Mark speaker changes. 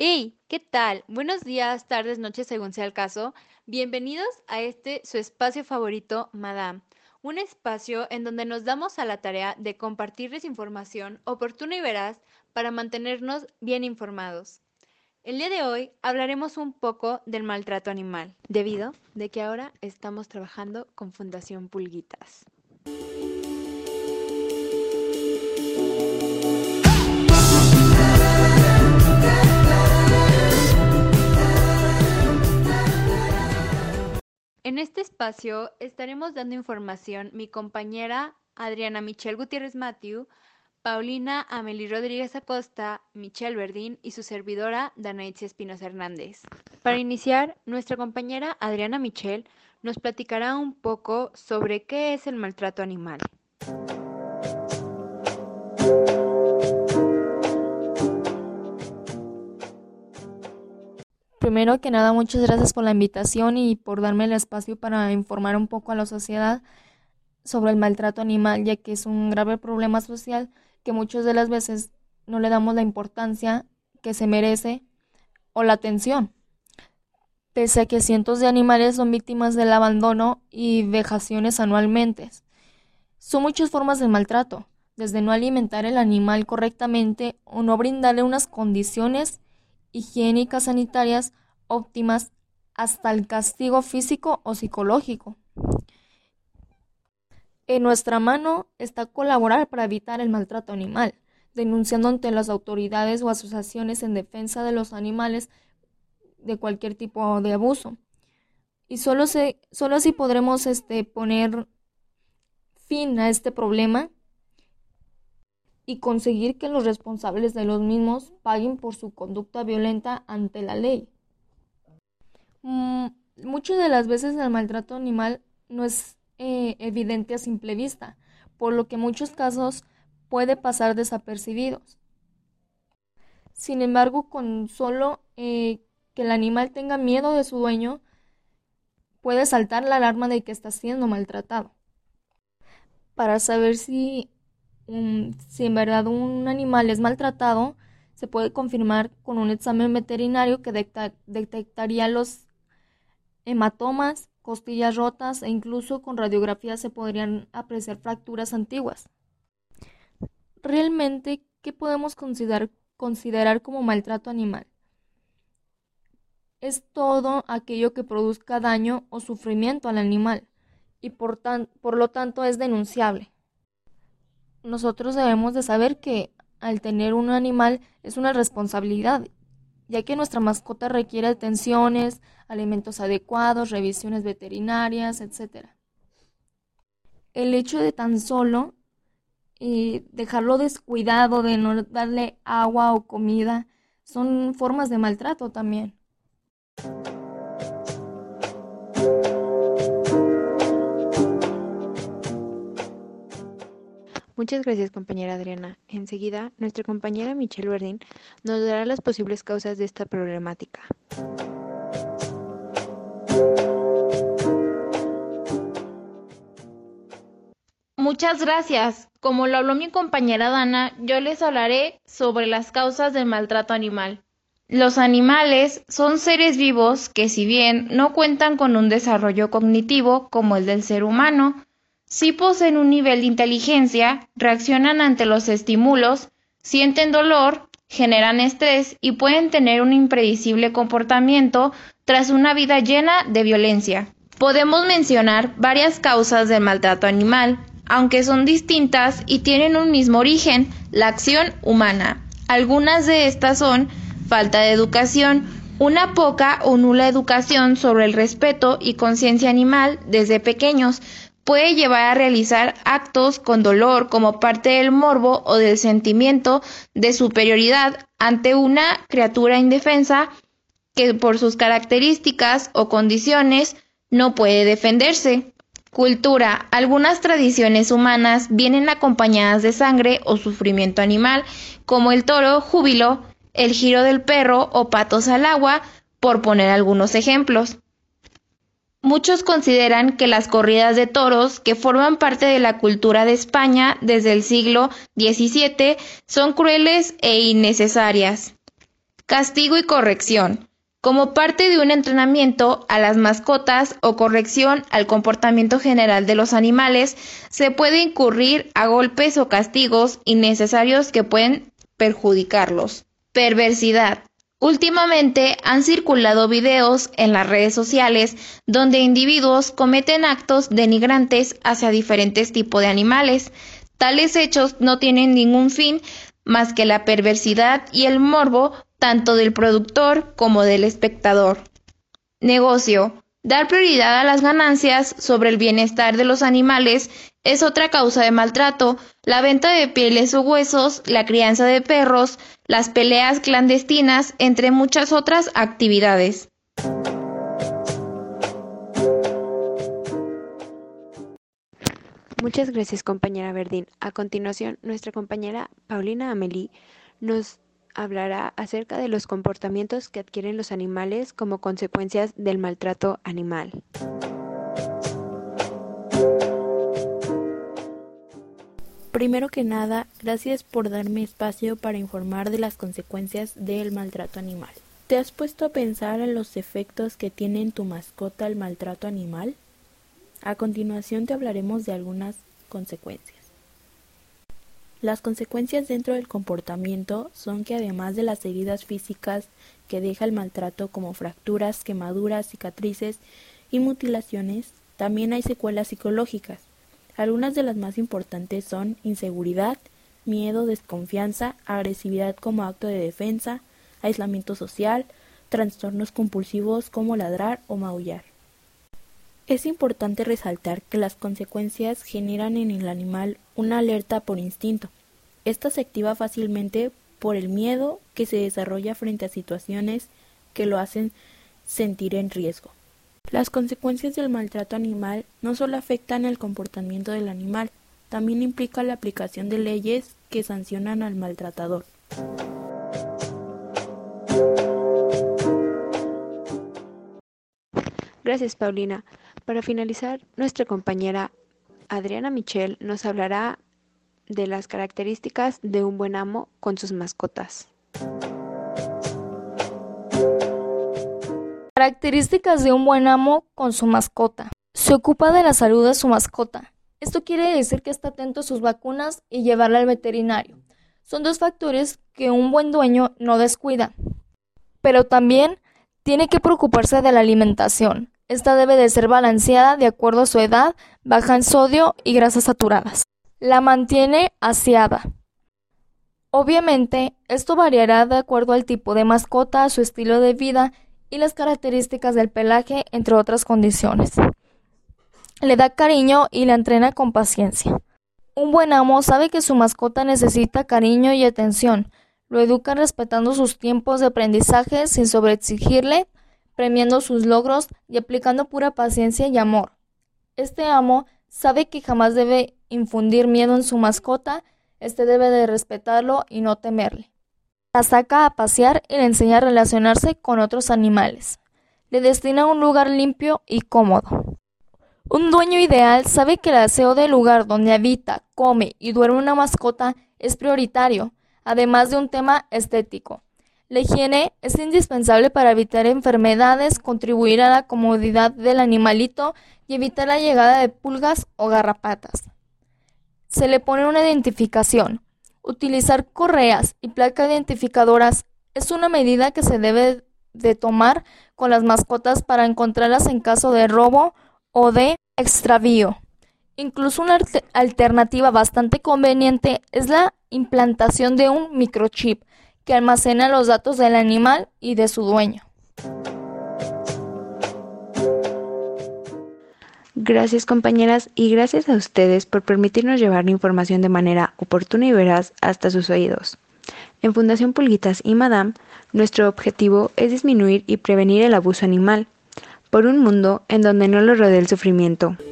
Speaker 1: Hey, ¿qué tal? Buenos días, tardes, noches, según sea el caso. Bienvenidos a su espacio favorito, Madame. Un espacio en donde nos damos a la tarea de compartirles información oportuna y veraz para mantenernos bien informados. El día de hoy hablaremos un poco del maltrato animal, debido de que ahora estamos trabajando con Fundación Pulguitas. En este espacio estaremos dando información mi compañera Adriana Michelle Gutiérrez Matthew, Paulina Amelie Rodríguez Acosta, Michelle Verdín y su servidora Danaitzia Espinosa Hernández. Para iniciar, nuestra compañera Adriana Michelle nos platicará un poco sobre qué es el maltrato animal.
Speaker 2: Primero que nada, muchas gracias por la invitación y por darme el espacio para informar un poco a la sociedad sobre el maltrato animal, ya que es un grave problema social que muchas de las veces no le damos la importancia que se merece o la atención. Pese a que cientos de animales son víctimas del abandono y vejaciones anualmente. Son muchas formas de maltrato, desde no alimentar el animal correctamente o no brindarle unas condiciones higiénicas sanitarias óptimas hasta el castigo físico o psicológico. En nuestra mano está colaborar para evitar el maltrato animal, denunciando ante las autoridades o asociaciones en defensa de los animales de cualquier tipo de abuso. Y solo así podremos poner fin a este problema y conseguir que los responsables de los mismos paguen por su conducta violenta ante la ley. Muchas de las veces el maltrato animal no es evidente a simple vista, por lo que en muchos casos puede pasar desapercibidos. Sin embargo, con solo que el animal tenga miedo de su dueño, puede saltar la alarma de que está siendo maltratado. Para saber si en verdad un animal es maltratado, se puede confirmar con un examen veterinario que detectaría los hematomas, costillas rotas e incluso con radiografía se podrían apreciar fracturas antiguas. Realmente, ¿qué podemos considerar como maltrato animal? Es todo aquello que produzca daño o sufrimiento al animal y por lo tanto es denunciable. Nosotros debemos de saber que al tener un animal es una responsabilidad, ya que nuestra mascota requiere atenciones, alimentos adecuados, revisiones veterinarias, etc. El hecho de tan solo dejarlo descuidado, de no darle agua o comida, son formas de maltrato también.
Speaker 1: Muchas gracias, compañera Adriana. Enseguida, nuestra compañera Michelle Verdín nos dará las posibles causas de esta problemática.
Speaker 3: Muchas gracias. Como lo habló mi compañera Dana, yo les hablaré sobre las causas del maltrato animal. Los animales son seres vivos que, si bien no cuentan con un desarrollo cognitivo como el del ser humano, sí poseen un nivel de inteligencia, reaccionan ante los estímulos, sienten dolor, generan estrés y pueden tener un impredecible comportamiento tras una vida llena de violencia. Podemos mencionar varias causas del maltrato animal, aunque son distintas y tienen un mismo origen, la acción humana. Algunas de estas son falta de educación, una poca o nula educación sobre el respeto y conciencia animal desde pequeños puede llevar a realizar actos con dolor como parte del morbo o del sentimiento de superioridad ante una criatura indefensa que por sus características o condiciones no puede defenderse. Cultura. Algunas tradiciones humanas vienen acompañadas de sangre o sufrimiento animal, como el toro, júbilo, el giro del perro o patos al agua, por poner algunos ejemplos. Muchos consideran que las corridas de toros, que forman parte de la cultura de España desde el siglo XVII, son crueles e innecesarias. Castigo y corrección. Como parte de un entrenamiento a las mascotas o corrección al comportamiento general de los animales, se puede incurrir a golpes o castigos innecesarios que pueden perjudicarlos. Perversidad. Últimamente han circulado videos en las redes sociales donde individuos cometen actos denigrantes hacia diferentes tipos de animales. Tales hechos no tienen ningún fin más que la perversidad y el morbo tanto del productor como del espectador. Negocio. Dar prioridad a las ganancias sobre el bienestar de los animales es otra causa de maltrato. La venta de pieles o huesos, la crianza de perros, las peleas clandestinas, entre muchas otras actividades.
Speaker 1: Muchas gracias, compañera Verdín. A continuación, nuestra compañera Paulina Amelie nos hablará acerca de los comportamientos que adquieren los animales como consecuencias del maltrato animal.
Speaker 4: Primero que nada, gracias por darme espacio para informar de las consecuencias del maltrato animal. ¿Te has puesto a pensar en los efectos que tiene en tu mascota el maltrato animal? A continuación te hablaremos de algunas consecuencias. Las consecuencias dentro del comportamiento son que además de las heridas físicas que deja el maltrato como fracturas, quemaduras, cicatrices y mutilaciones, también hay secuelas psicológicas. Algunas de las más importantes son inseguridad, miedo, desconfianza, agresividad como acto de defensa, aislamiento social, trastornos compulsivos como ladrar o maullar. Es importante resaltar que las consecuencias generan en el animal una alerta por instinto. Esta se activa fácilmente por el miedo que se desarrolla frente a situaciones que lo hacen sentir en riesgo. Las consecuencias del maltrato animal no solo afectan el comportamiento del animal, también implica la aplicación de leyes que sancionan al maltratador.
Speaker 1: Gracias, Paulina. Para finalizar, nuestra compañera Adriana Michel nos hablará de las características de un buen amo con sus mascotas.
Speaker 2: Características de un buen amo con su mascota. Se ocupa de la salud de su mascota. Esto quiere decir que está atento a sus vacunas y llevarla al veterinario. Son dos factores que un buen dueño no descuida. Pero también tiene que preocuparse de la alimentación. Esta debe de ser balanceada de acuerdo a su edad, baja en sodio y grasas saturadas. La mantiene aseada. Obviamente, esto variará de acuerdo al tipo de mascota, su estilo de vida y las características del pelaje, entre otras condiciones. Le da cariño y la entrena con paciencia. Un buen amo sabe que su mascota necesita cariño y atención. Lo educa respetando sus tiempos de aprendizaje sin sobreexigirle, premiando sus logros y aplicando pura paciencia y amor. Este amo sabe que jamás debe infundir miedo en su mascota, debe de respetarlo y no temerle. La saca a pasear y le enseña a relacionarse con otros animales. Le destina un lugar limpio y cómodo. Un dueño ideal sabe que el aseo del lugar donde habita, come y duerme una mascota es prioritario, además de un tema estético. La higiene es indispensable para evitar enfermedades, contribuir a la comodidad del animalito y evitar la llegada de pulgas o garrapatas. Se le pone una identificación. Utilizar correas y placas identificadoras es una medida que se debe de tomar con las mascotas para encontrarlas en caso de robo o de extravío. Incluso una alternativa bastante conveniente es la implantación de un microchip que almacena los datos del animal y de su dueño.
Speaker 1: Gracias, compañeras, y gracias a ustedes por permitirnos llevar la información de manera oportuna y veraz hasta sus oídos. En Fundación Pulguitas y Madame, nuestro objetivo es disminuir y prevenir el abuso animal, por un mundo en donde no lo rodee el sufrimiento.